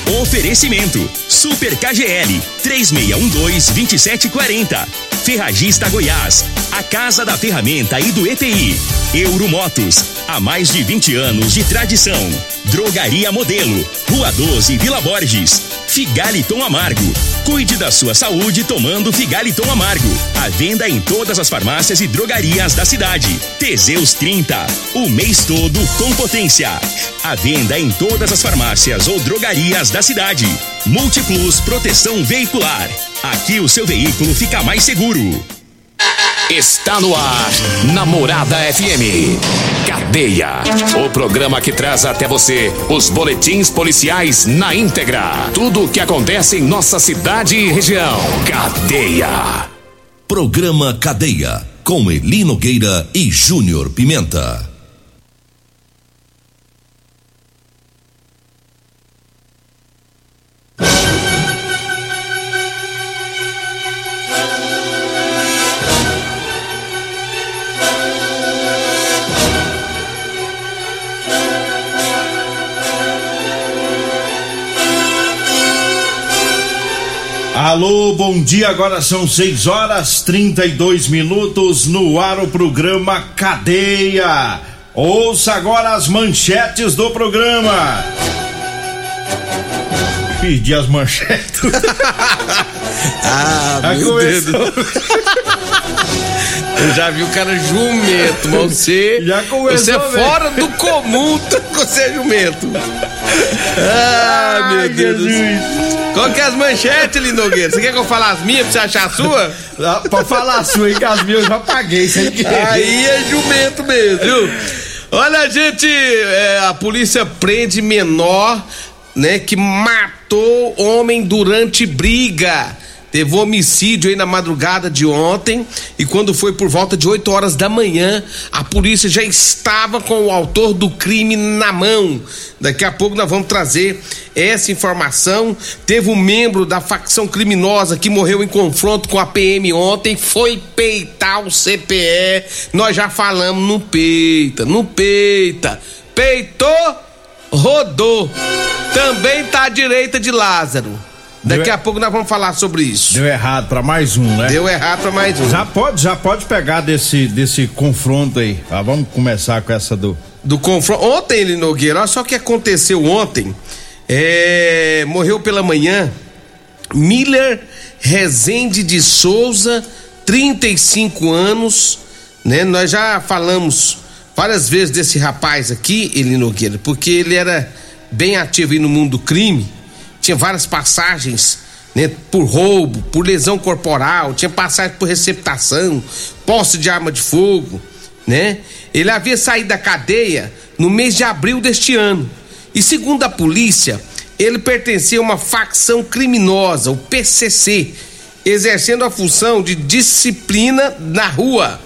Oferecimento Super KGL 3612-2740. Ferragista Goiás, a casa da ferramenta e do EPI. Euromotos, há mais de 20 anos de tradição. Drogaria Modelo, Rua 12, Vila Borges. Figaliton Amargo, cuide da sua saúde tomando Figaliton Amargo. À venda em todas as farmácias e drogarias da cidade. Teseus 30, o mês todo com potência. À venda em todas as farmácias ou drogarias da cidade. Multiplus Proteção Veicular. Aqui o seu veículo fica mais seguro. Está no ar, Namorada FM. Cadeia, o programa que traz até você os boletins policiais na íntegra. Tudo o que acontece em nossa cidade e região. Cadeia. Programa Cadeia, com Eli Nogueira e Júnior Pimenta. Alô, bom dia, agora são 6h32, no ar o programa Cadeia. Ouça agora as manchetes do programa. Perdi as manchetes. Meu Deus. Eu já vi o cara jumento, mas você já começou, você é fora do comum, você é jumento. Meu Deus. Qual que é as manchetes, Linogueira? Você quer que eu fale as minhas pra você achar a sua? Pode falar a sua, hein, que as minhas eu já paguei sem querer. Aí é jumento mesmo, viu? Olha, gente, a polícia prende menor, né, que matou homem durante briga. Teve homicídio aí na madrugada de ontem, e quando foi por volta de 8 horas da manhã, a polícia já estava com o autor do crime na mão. Daqui a pouco nós vamos trazer essa informação. Teve um membro da facção criminosa que morreu em confronto com a PM ontem, foi peitar o CPE. Nós já falamos, não peita. Peitou, rodou. Também tá à direita de Lázaro. Daqui a pouco nós vamos falar sobre isso. Deu errado pra mais um, né? Deu errado pra mais um. Já pode pegar desse confronto aí. Vamos começar com essa do confronto. Ontem, ele Nogueira, olha só o que aconteceu ontem. Morreu pela manhã Miller Rezende de Souza, 35 anos, né? Nós já falamos várias vezes desse rapaz aqui, ele Nogueira, porque ele era bem ativo aí no mundo do crime. Tinha várias passagens, né, por roubo, por lesão corporal, tinha passagem por receptação, posse de arma de fogo, né? Ele havia saído da cadeia no mês de abril deste ano. E segundo a polícia, ele pertencia a uma facção criminosa, o PCC, exercendo a função de disciplina na rua.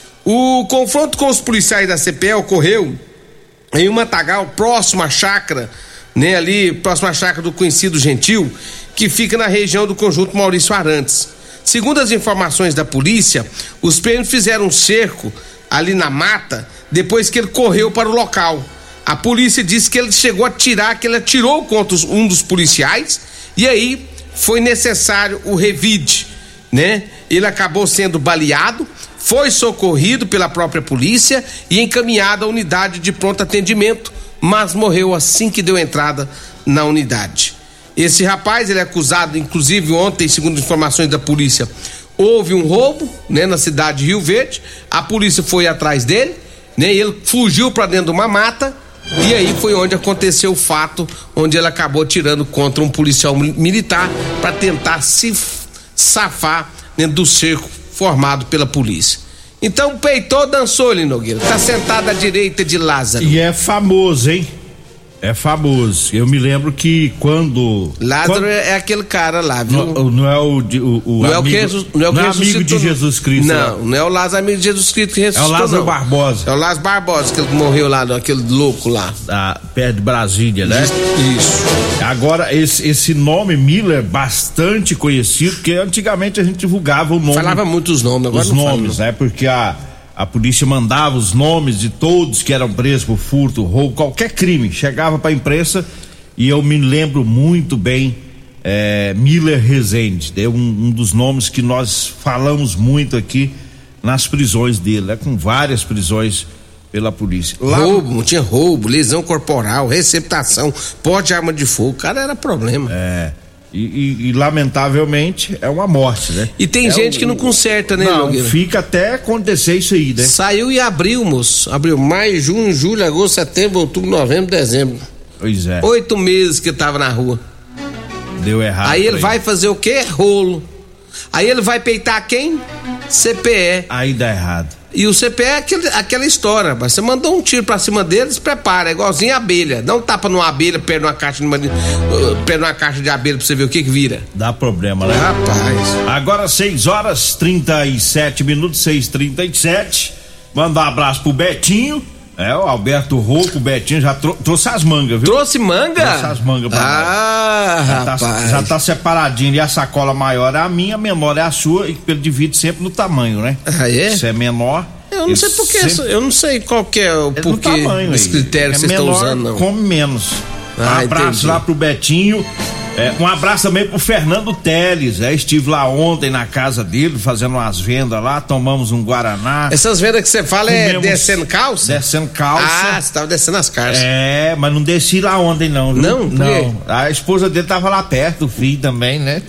O confronto com os policiais da CPE ocorreu em um matagal próximo à chácara, né, ali próximo à chácara do Conhecido Gentil, que fica na região do Conjunto Maurício Arantes. Segundo as informações da polícia, os PMs fizeram um cerco ali na mata depois que ele correu para o local. A polícia disse que ele chegou a atirar, que ele atirou contra um dos policiais, e aí foi necessário o revide, né? Ele acabou sendo baleado, foi socorrido pela própria polícia e encaminhado à unidade de pronto atendimento, mas morreu assim que deu entrada na unidade. Esse rapaz, ele é acusado, inclusive ontem, segundo informações da polícia, houve um roubo, né, na cidade de Rio Verde. A polícia foi atrás dele, né, e ele fugiu para dentro de uma mata, e aí foi onde aconteceu o fato, onde ele acabou tirando contra um policial militar para tentar se safar dentro do cerco formado pela polícia. Então peitou, dançou, Linogueira. Tá sentado à direita de Lázaro. E é famoso, hein? É famoso. Eu me lembro que quando... Lázaro é aquele cara lá, viu? Não é o amigo, não é amigo de Jesus Cristo. Não é o Lázaro amigo de Jesus Cristo que ressuscitou, é o Lázaro Barbosa. É o Lázaro Barbosa, que ele morreu lá, aquele louco lá. Perto de Brasília, né? Isso. Agora, esse nome Miller, bastante conhecido, porque antigamente a gente divulgava o nome. Falava muitos nomes, agora os nomes, né? Porque a polícia mandava os nomes de todos que eram presos por furto, roubo, qualquer crime. Chegava pra imprensa e eu me lembro muito bem, Miller Rezende, um dos nomes que nós falamos muito aqui nas prisões dele, com várias prisões pela polícia. Tinha roubo, lesão corporal, receptação, porte de arma de fogo, o cara era problema. E lamentavelmente é uma morte, né? E tem gente que não conserta, né, Não, Nogueira? fica até acontecer isso aí, né? Saiu em abril, moço. Abril, maio, junho, julho, agosto, setembro, outubro, novembro, dezembro. Pois é. 8 meses que tava na rua. Deu errado. Aí ele vai fazer o quê? Rolo. Aí ele vai peitar quem? CPE. Aí dá errado. E o CPE é aquela história, mas você mandou um tiro pra cima deles, prepara, é igualzinho a abelha. Dá um tapa numa abelha, perde uma caixa de abelha pra você ver o que vira. Dá problema, né? Rapaz. Agora 6h37, 6h37. Manda um abraço pro Betinho. O Alberto Rocco, o Betinho já trouxe as mangas, viu? Trouxe manga? Trouxe as mangas pra nós. Rapaz. Já tá separadinho. E a sacola maior é a minha, a menor é a sua. E ele divide sempre no tamanho, né? Ah, é? Se é menor. Eu não sei porquê, eu não sei qual que é o porquê desse critério que vocês estão usando, não. Come menos. Um abraço lá pro Betinho. Um abraço também pro Fernando Teles. Estive lá ontem na casa dele, fazendo umas vendas lá, tomamos um Guaraná. Essas vendas que você fala descendo calça? Descendo calça. Ah, você tava descendo as calças. Mas não desci lá ontem não, viu? Não? Por quê? A esposa dele tava lá perto, o filho também, né?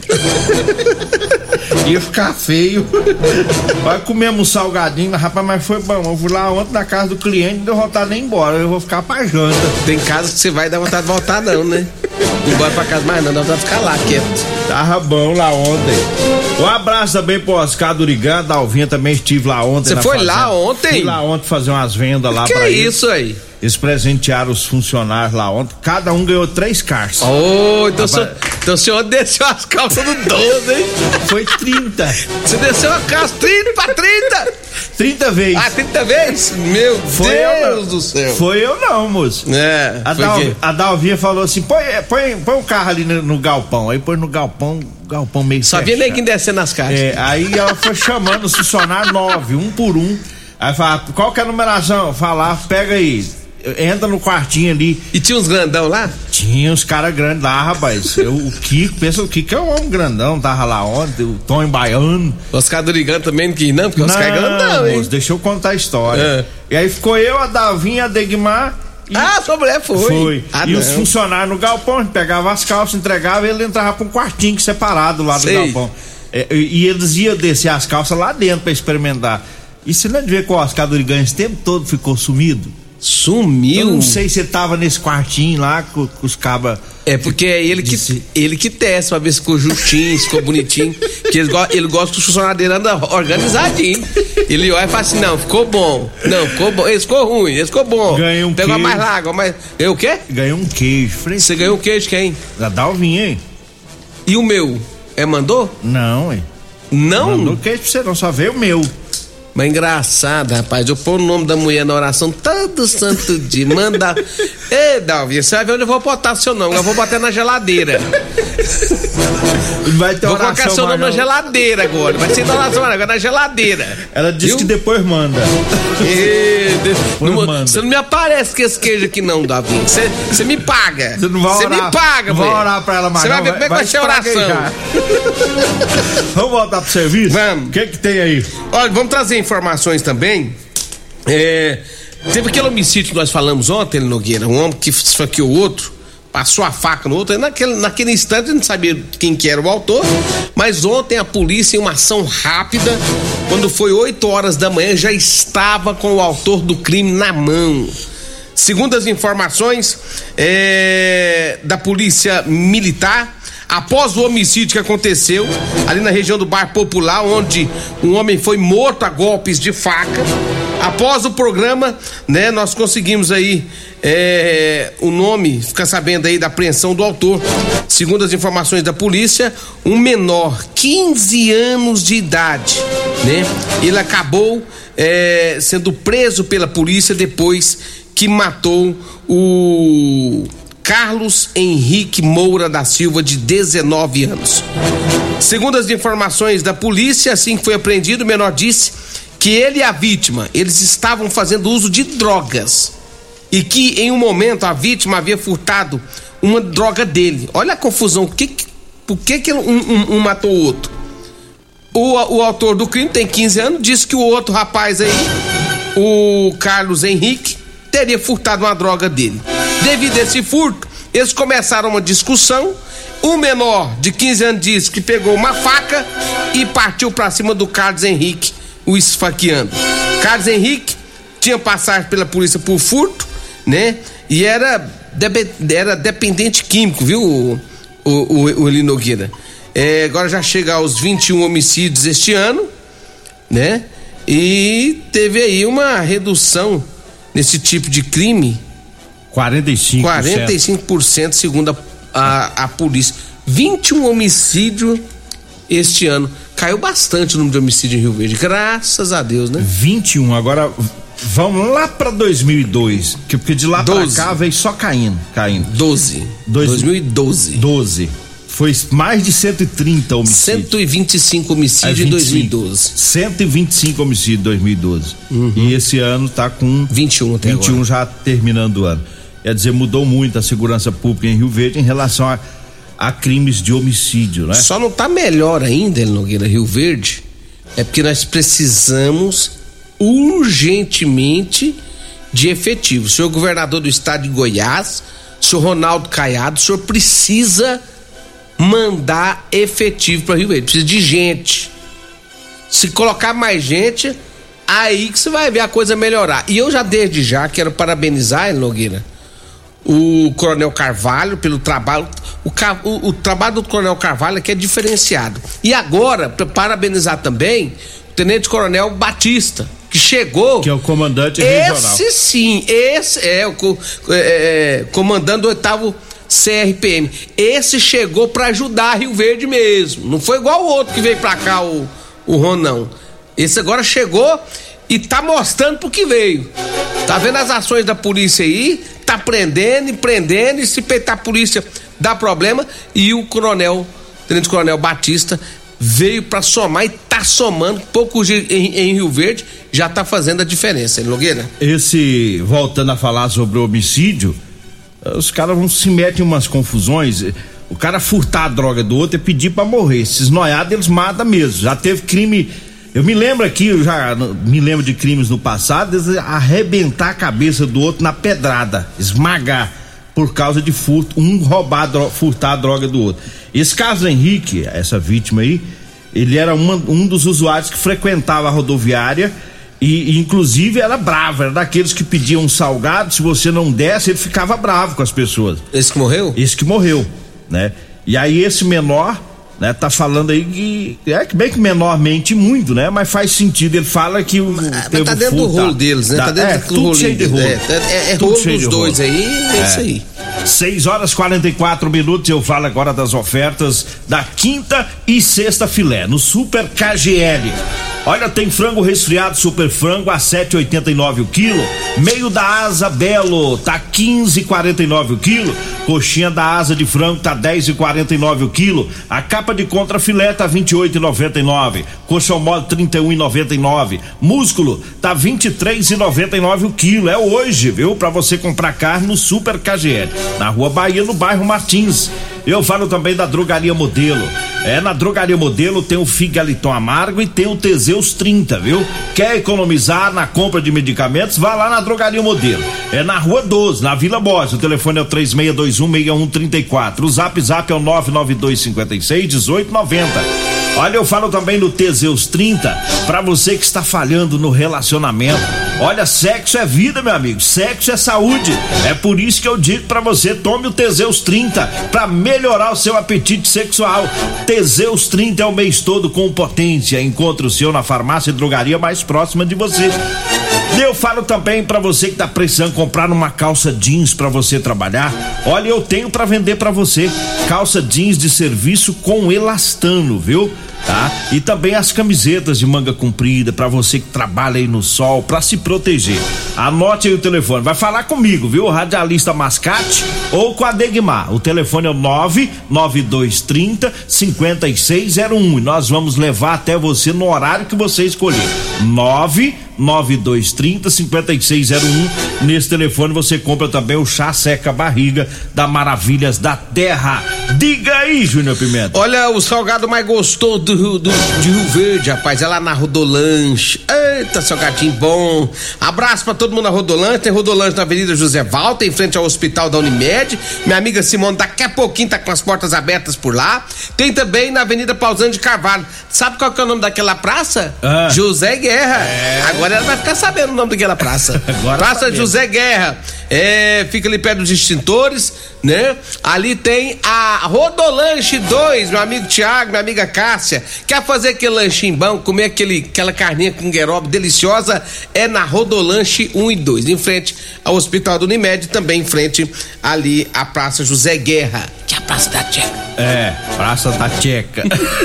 Ia ficar feio. Vai comer um salgadinho, rapaz, mas foi bom. Eu fui lá ontem na casa do cliente, não deu vontade nem embora. Eu vou ficar pra janta. Tem casa que você vai dar vontade de voltar, não, né? Não bora pra casa mais, não, dá vontade de ficar lá quieto. Tava bom lá ontem. Um abraço também pro Oscar do Urigã, da Alvinha, também estive lá ontem. Você foi lá ontem? Fui lá ontem fazer umas vendas lá pra eles. Que é isso aí? Eles presentearam os funcionários lá ontem. Cada um ganhou 3 carças. Então o senhor desceu as calças do 12, hein? Foi 30. Você desceu a calça 30 pra 30? 30 vezes. Ah, 30 vezes? Meu Deus do céu. Foi eu não, moço. A Dalvinha falou assim, põe um carro ali no galpão. Aí põe no galpão meio só via neguinho descendo as caixas. Aí ela foi chamando os funcionários 9, um por um. Aí fala, qual que é a numeração? Falar, pega aí. Entra no quartinho ali. E tinha uns grandão lá? Tinha uns caras grandes lá, rapaz. O Kiko é um homem grandão, tava lá ontem, o Tony Baiano. O Oscar do Urigã também não quis não, porque o Oscar é grandão, hein? Deixa eu contar a história. E aí ficou eu, a Davinha, a Degmar. Sua mulher foi. Os funcionários no galpão, a gente pegava as calças, entregava e ele entrava pra um quartinho separado lá do galpão. E eles iam descer as calças lá dentro pra experimentar. E você não vê que o Oscar do Urigã esse tempo todo ficou sumido? Sumiu? Eu não sei se ele tava nesse quartinho lá com os cabas. Porque é ele que testa pra ver se ficou justinho, se ficou bonitinho. Que ele gosta que o funcionário dele anda organizadinho. Ele olha e fala assim: não, ficou bom. Não, ficou bom. Esse ficou ruim, esse ficou bom. Ganhei um Pegou queijo. mais água, mas. Ganhou o quê? Ganhei um queijo. Você ganhou um queijo quem? Da Dalvinha, hein? E o meu? Mandou? Não, hein? Não? Mandou queijo pra você, não, só veio o meu. Mas engraçado, rapaz. Eu pôr o nome da mulher na oração todo santo dia. Manda. Ei, Dalvinha, você vai ver onde eu vou botar seu nome. Eu vou botar na geladeira. Vai ter vou colocar seu nome na geladeira agora. Vai ser na oração agora, na geladeira. Ela disse que depois manda. Você não me aparece com esse queijo aqui, não, Davinha. Você me paga. Você não vai orar. Você me paga, não vai orar pra ela mais. Você vai ver como é que vai ser a oração. Vamos voltar pro serviço? Vamos. O que tem aí? Olha, vamos trazer informações também. Teve aquele homicídio que nós falamos ontem, Nogueira, um homem que esfaqueou o outro, passou a faca no outro. Naquele instante a gente não sabia quem que era o autor, mas ontem a polícia, em uma ação rápida, quando foi 8 horas da manhã, já estava com o autor do crime na mão. Segundo as informações da polícia militar, após o homicídio que aconteceu ali na região do Bairro Popular, onde um homem foi morto a golpes de faca, após o programa, né, nós conseguimos aí o nome, ficar sabendo aí da apreensão do autor. Segundo as informações da polícia, um menor, 15 anos de idade, né? Ele acabou sendo preso pela polícia depois que matou o Carlos Henrique Moura da Silva, de 19 anos. Segundo as informações da polícia, assim que foi apreendido, o menor disse que ele e a vítima, eles estavam fazendo uso de drogas. e que em um momento a vítima havia furtado uma droga dele. Olha a confusão, por que um matou o outro? O autor do crime tem 15 anos, disse que o outro rapaz aí, o Carlos Henrique, teria furtado uma droga dele. Devido a esse furto, eles começaram uma discussão. O menor de 15 anos disse que pegou uma faca e partiu pra cima do Carlos Henrique, o esfaqueando. Carlos Henrique tinha passagem pela polícia por furto, né? E era dependente químico, viu, o Eli Nogueira? Agora já chega aos 21 homicídios este ano, né? E teve aí uma redução nesse tipo de crime. 45% segundo a polícia. 21 homicídios este ano. Caiu bastante o número de homicídio em Rio Verde, graças a Deus, né? 21, agora vamos lá pra 2002, porque de lá 12. Pra cá veio só caindo. 2012. Foi mais de 130 homicídios. 125 homicídios em 2012. 125 homicídios em 2012. E esse ano tá com 21 até 21 agora. Já terminando o ano. Quer dizer, mudou muito a segurança pública em Rio Verde em relação a crimes de homicídio, né? Só não tá melhor ainda, Eli Nogueira, Rio Verde, é porque nós precisamos urgentemente de efetivo. O senhor governador do estado de Goiás, o senhor Ronaldo Caiado, o senhor precisa mandar efetivo para Rio Verde, precisa de gente. Se colocar mais gente, aí que você vai ver a coisa melhorar. E eu já desde já quero parabenizar, Eli Nogueira, o Coronel Carvalho pelo trabalho. O trabalho do Coronel Carvalho é que é diferenciado. E agora, para parabenizar também o Tenente Coronel Batista, que chegou, que é o comandante regional. Esse sim, esse é o comandante do 8º CRPM. Esse chegou para ajudar Rio Verde mesmo. Não foi igual o outro que veio pra cá, o Ronão. Esse agora chegou e tá mostrando pro que veio. Tá vendo as ações da polícia aí? Tá prendendo, e se peitar a polícia dá problema. E o Tenente Coronel Batista veio pra somar e tá somando. Poucos dias em Rio Verde já tá fazendo a diferença, hein, Nogueira? Voltando a falar sobre o homicídio, os caras vão se metem em umas confusões. O cara furtar a droga do outro é pedir pra morrer. Esses noiados, eles matam mesmo. Já teve crime. Eu me lembro de crimes no passado, eles arrebentar a cabeça do outro na pedrada, esmagar, por causa de furto, furtar a droga do outro. Esse Carlos Henrique, essa vítima aí, ele era um dos usuários que frequentava a rodoviária e inclusive era bravo, era daqueles que pediam um salgado, se você não desse, ele ficava bravo com as pessoas. Esse que morreu? Esse que morreu, né? E aí esse menor, né, tá falando aí que bem que menor mente muito, né? Mas faz sentido, ele fala que mas tá dentro do rolo deles, né? Tá dentro do rolo cheio de rolo. É rolo dos dois aí, é isso aí. 6:44, eu falo agora das ofertas da quinta e sexta filé no Super KGL. Olha, tem frango resfriado Super Frango a 7,89 o quilo. Meio da asa Belo tá 15,49 o quilo. Coxinha da asa de frango tá 10,49 o quilo. A capa de contra filé tá 28,99. Coxão mole 31,99. Músculo tá 23,99 o quilo. É hoje, viu? Pra você comprar carne no Super KGL, na Rua Bahia, no bairro Martins. Eu falo também da Drogaria Modelo. Na Drogaria Modelo tem o Figaliton Amargo e tem o Teseus 30, viu? Quer economizar na compra de medicamentos? Vá lá na Drogaria Modelo. É na Rua 12, na Vila Borges. O telefone é o 3621-6134. O zap é o 99256-1890. Olha, eu falo também do Teseus 30 pra você que está falhando no relacionamento. Olha, sexo é vida, meu amigo. Sexo é saúde. É por isso que eu digo pra você, tome o Teseus 30 pra melhorar o seu apetite sexual. Teseus 30 é o mês todo com potência. Encontre o seu na farmácia e drogaria mais próxima de você. Eu falo também pra você que tá precisando comprar uma calça jeans pra você trabalhar. Olha, eu tenho pra vender pra você calça jeans de serviço com elastano, viu? Tá? E também as camisetas de manga comprida pra você que trabalha aí no sol, pra se proteger. Anote aí o telefone, vai falar comigo, viu? O radialista Mascate ou com a Degmar. O telefone é o 99230-5601 e nós vamos levar até você no horário que você escolher. 99230 305601. Nesse telefone você compra também o chá seca barriga da Maravilhas da Terra. Diga aí, Júnior Pimenta. Olha, o salgado mais gostoso de Rio Verde, rapaz, é lá na Rodolanche. Eita, salgadinho bom. Abraço pra todo mundo na Rodolanche. Tem Rodolanche na Avenida José Walter, em frente ao Hospital da Unimed. Minha amiga Simone daqui a pouquinho tá com as portas abertas por lá. Tem também na Avenida Pausani de Carvalho. Sabe qual que é o nome daquela praça? José Guerra. Agora ela vai ficar sabendo o nome daquela praça. Praça José Guerra. Fica ali perto dos extintores, né? Ali tem a Rodolanche 2, meu amigo Tiago, minha amiga Cássia. Quer fazer aquele lanchinho bom, comer aquela carninha com guerobe deliciosa? É na Rodolanche 1 e 2, em frente ao Hospital do Unimed, também em frente ali à Praça José Guerra, que é a Praça da Tcheca. Praça da Tcheca.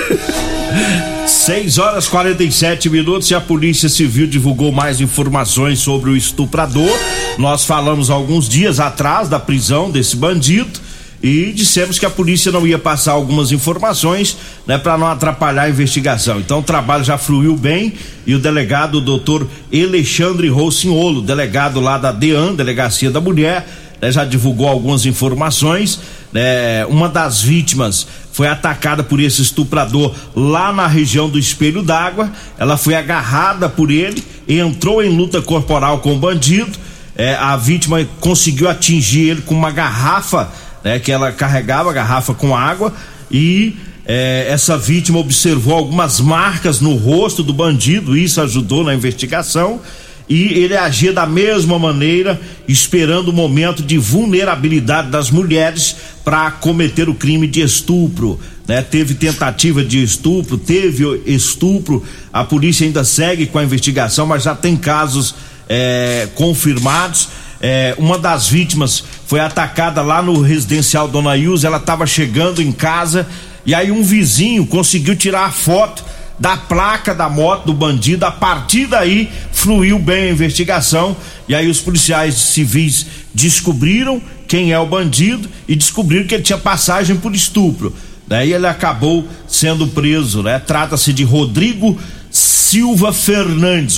6h47 e a Polícia Civil divulgou mais informações sobre o estuprador. Nós falamos alguns dias atrás da prisão desse bandido e dissemos que a polícia não ia passar algumas informações, né, para não atrapalhar a investigação. Então o trabalho já fluiu bem e o delegado, o doutor Alexandre Rossignolo, delegado lá da DEAN, Delegacia da Mulher, né, já divulgou algumas informações. Uma das vítimas foi atacada por esse estuprador lá na região do Espelho d'Água. Ela foi agarrada por ele, entrou em luta corporal com o bandido. A vítima conseguiu atingir ele com uma garrafa, né, que ela carregava, garrafa com água, e essa vítima observou algumas marcas no rosto do bandido. Isso ajudou na investigação. E ele agia da mesma maneira, esperando o momento de vulnerabilidade das mulheres para cometer o crime de estupro, né? Teve tentativa de estupro, teve estupro. A polícia ainda segue com a investigação, mas já tem casos confirmados. Uma das vítimas foi atacada lá no residencial Dona Ilza. Ela estava chegando em casa e aí um vizinho conseguiu tirar a foto da placa da moto do bandido. A partir daí fluiu bem a investigação e aí os policiais civis descobriram quem é o bandido e descobriram que ele tinha passagem por estupro. Daí ele acabou sendo preso, né? Trata-se de Rodrigo Silva Fernandes,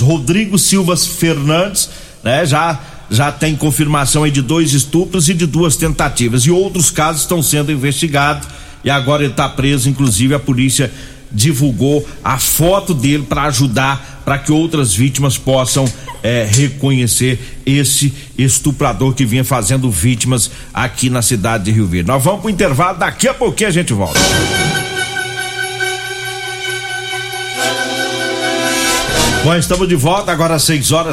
né? Já tem confirmação aí de 2 estupros e de 2 tentativas, e outros casos estão sendo investigados e agora ele está preso. Inclusive a polícia divulgou a foto dele para ajudar, para que outras vítimas possam reconhecer esse estuprador que vinha fazendo vítimas aqui na cidade de Rio Verde. Nós vamos pro intervalo, daqui a pouquinho a gente volta. Bom, estamos de volta agora às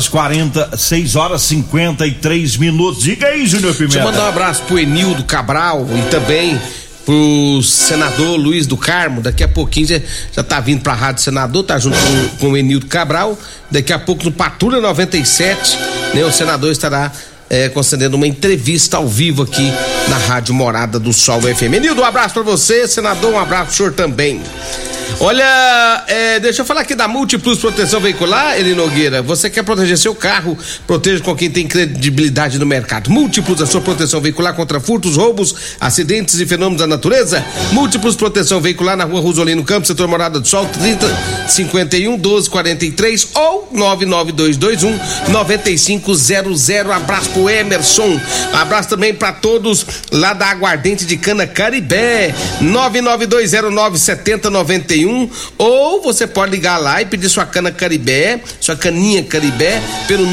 6h53. Diga aí, Júnior Pimenta. Deixa eu mandar um abraço pro Enildo Cabral e também pro senador Luiz do Carmo. Daqui a pouquinho já tá vindo pra Rádio Senador, tá junto com o Enildo Cabral. Daqui a pouco no Patrulha 97, né, o senador estará concedendo uma entrevista ao vivo aqui na Rádio Morada do Sol FM. Enildo, um abraço pra você, senador, um abraço pro senhor também. Olha, deixa eu falar aqui da Múltiplos Proteção Veicular, Eli Nogueira. Você quer proteger seu carro? Proteja com quem tem credibilidade no mercado. Múltiplos, a sua proteção veicular contra furtos, roubos, acidentes e fenômenos da natureza. Múltiplos Proteção Veicular na Rua Rosolino Campos, setor Morada do Sol, 3051-1243 ou 99221-9500. Abraço pro Emerson. Abraço também pra todos lá da Aguardente de Cana Caribé, 992097091. Ou você pode ligar lá e pedir sua cana Caribé, sua caninha Caribé, pelo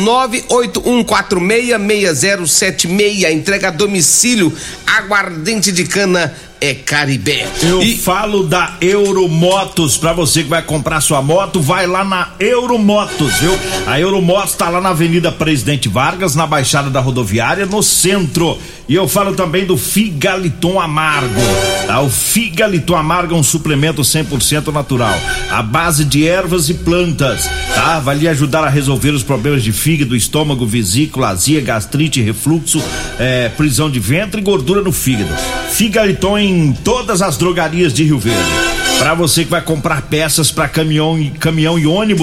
981466076. Entrega a domicílio. Aguardente de Cana Caribé. Falo da Euromotos. Pra você que vai comprar sua moto, vai lá na Euromotos, viu? A Euromotos tá lá na Avenida Presidente Vargas, na Baixada da Rodoviária, no centro. E eu falo também do Figaliton Amargo, tá? O Figaliton Amargo é um suplemento 100% natural, à base de ervas e plantas, tá? Vai lhe ajudar a resolver os problemas de fígado, estômago, vesícula, azia, gastrite, refluxo, prisão de ventre e gordura no fígado. Figaliton em todas as drogarias de Rio Verde. Para você que vai comprar peças para caminhão e ônibus,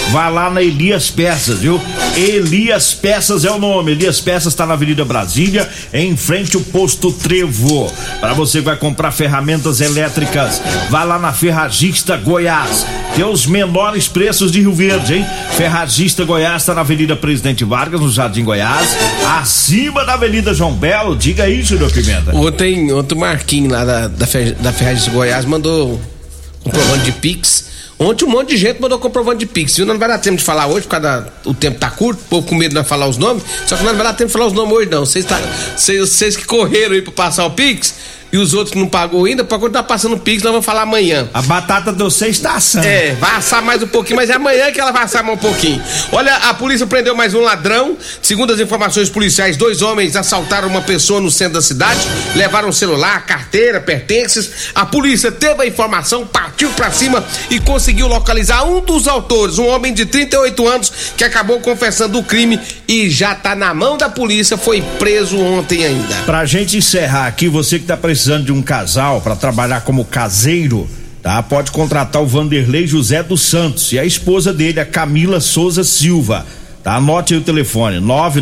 vá lá na Elias Peças, viu? Elias Peças é o nome. Elias Peças está na Avenida Brasília, em frente ao posto Trevo. Para você que vai comprar ferramentas elétricas, vá lá na Ferragista Goiás. Tem os menores preços de Rio Verde, hein? Ferragista Goiás está na Avenida Presidente Vargas, no Jardim Goiás, acima da Avenida João Belo. Diga aí, Júnior Pimenta. Ontem o Marquinhos lá da Ferragista Goiás mandou comprovante de Pix. Ontem um monte de gente mandou comprovante de Pix, viu? Não vai dar tempo de falar hoje, por causa o tempo tá curto, o povo com medo de não falar os nomes, só que não vai dar tempo de falar os nomes hoje não. Vocês que correram aí pra passar o Pix, e os outros que não pagou ainda, pode continuar passando o Pix, nós vamos falar amanhã. A batata do você está assando. Vai assar mais um pouquinho, mas é amanhã que ela vai assar mais um pouquinho. Olha, a polícia prendeu mais um ladrão. Segundo as informações policiais, 2 homens assaltaram uma pessoa no centro da cidade, levaram celular, carteira, pertences. A polícia teve a informação, partiu pra cima e conseguiu localizar um dos autores, um homem de 38 anos que acabou confessando o crime e já tá na mão da polícia, foi preso ontem ainda. Pra gente encerrar aqui, você que tá precisando de um casal para trabalhar como caseiro, tá? Pode contratar o Vanderlei José dos Santos e a esposa dele, a Camila Souza Silva, tá? Anote aí o telefone,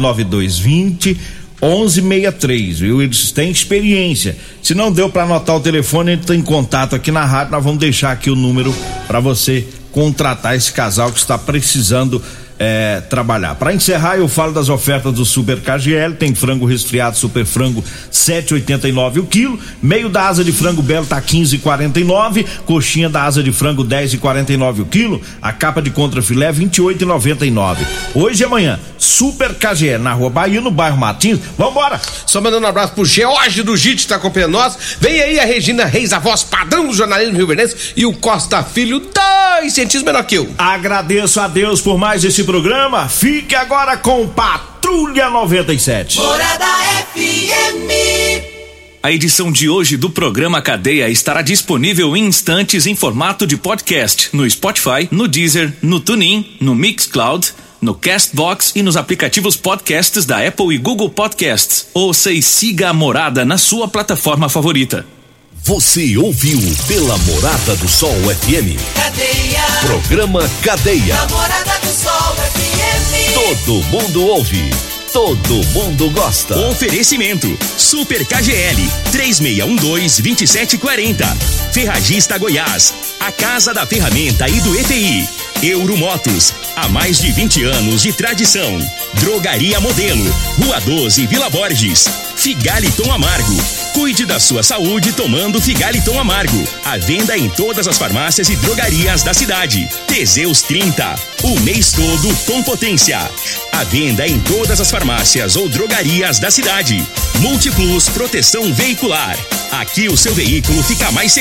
99220 1163, viu? Eles têm experiência. Se não deu para anotar o telefone, entra em contato aqui na rádio, nós vamos deixar aqui o número para você contratar esse casal que está precisando trabalhar. Para encerrar, eu falo das ofertas do Super KGL. Tem frango resfriado Super Frango 7,89 o quilo, meio da asa de frango belo tá 15,49, coxinha da asa de frango 10,49 o quilo, a capa de contrafilé 28,99. Hoje e amanhã, Super KGL na Rua Bahia, no bairro Matinhos. Vambora! Só mandando um abraço pro George do JIT, tá acompanhando nós. Vem aí a Regina Reis, a voz padrão do jornalismo rio-verdense, e o Costa Filho, 2 centímetros menor que eu. Agradeço a Deus por mais esse programa. Fique agora com Patrulha 97. Morada FM. A edição de hoje do programa Cadeia estará disponível em instantes em formato de podcast no Spotify, no Deezer, no TuneIn, no Mixcloud, no Castbox e nos aplicativos podcasts da Apple e Google Podcasts. Ouça e siga a Morada na sua plataforma favorita. Você ouviu pela Morada do Sol FM. Cadeia. Programa Cadeia. Morada do Sol FM. Todo mundo ouve. Todo mundo gosta. Oferecimento Super KGL 3612-2740. Ferragista Goiás, a casa da ferramenta e do EPI. Euromotos, há mais de 20 anos de tradição. Drogaria Modelo, Rua 12, Vila Borges. Figaliton Amargo, cuide da sua saúde tomando Figaliton Amargo. À venda em todas as farmácias e drogarias da cidade. Teseus 30, o mês todo com potência. À venda em todas as farmácias ou drogarias da cidade. Multiplus Proteção Veicular, aqui o seu veículo fica mais seguro.